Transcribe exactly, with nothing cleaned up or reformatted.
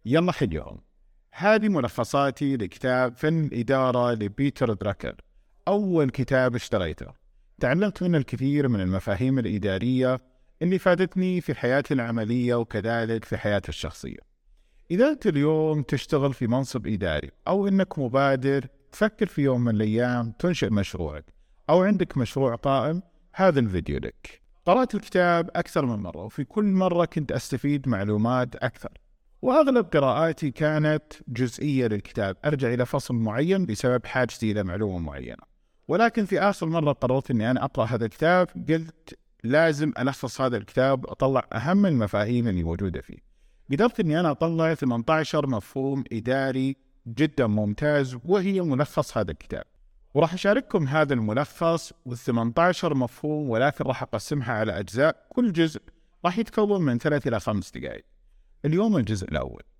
يلا حليهم. هذه ملخصاتي لكتاب فن الإدارة لبيتر دراكر، أول كتاب اشتريته. تعلمت منه الكثير من المفاهيم الإدارية اللي فادتني في حياتي العملية وكذلك في حياتي الشخصية. إذا أنت اليوم تشتغل في منصب إداري أو إنك مبادر تفكر في يوم من الأيام تنشئ مشروعك أو عندك مشروع قائم، هذا الفيديو لك. قرأت الكتاب أكثر من مرة، وفي كل مرة كنت أستفيد معلومات أكثر، وأغلب قراءاتي كانت جزئية للكتاب، أرجع إلى فصل معين بسبب حاجتي إلى معلومة معينة. ولكن في آخر مرة قررت أني أنا أقرأ هذا الكتاب، قلت لازم ألخص هذا الكتاب، أطلع أهم المفاهيم اللي موجودة فيه. قدرت أني أنا أطلع ثمانية عشر مفهوم إداري جدا ممتاز، وهي ملخص هذا الكتاب. وراح أشارككم هذا الملخص والثمانية عشر مفهوم، ولكن راح أقسمها على أجزاء، كل جزء راح يتكون من ثلاث إلى خمس دقائق. اليوم الجزء الأول.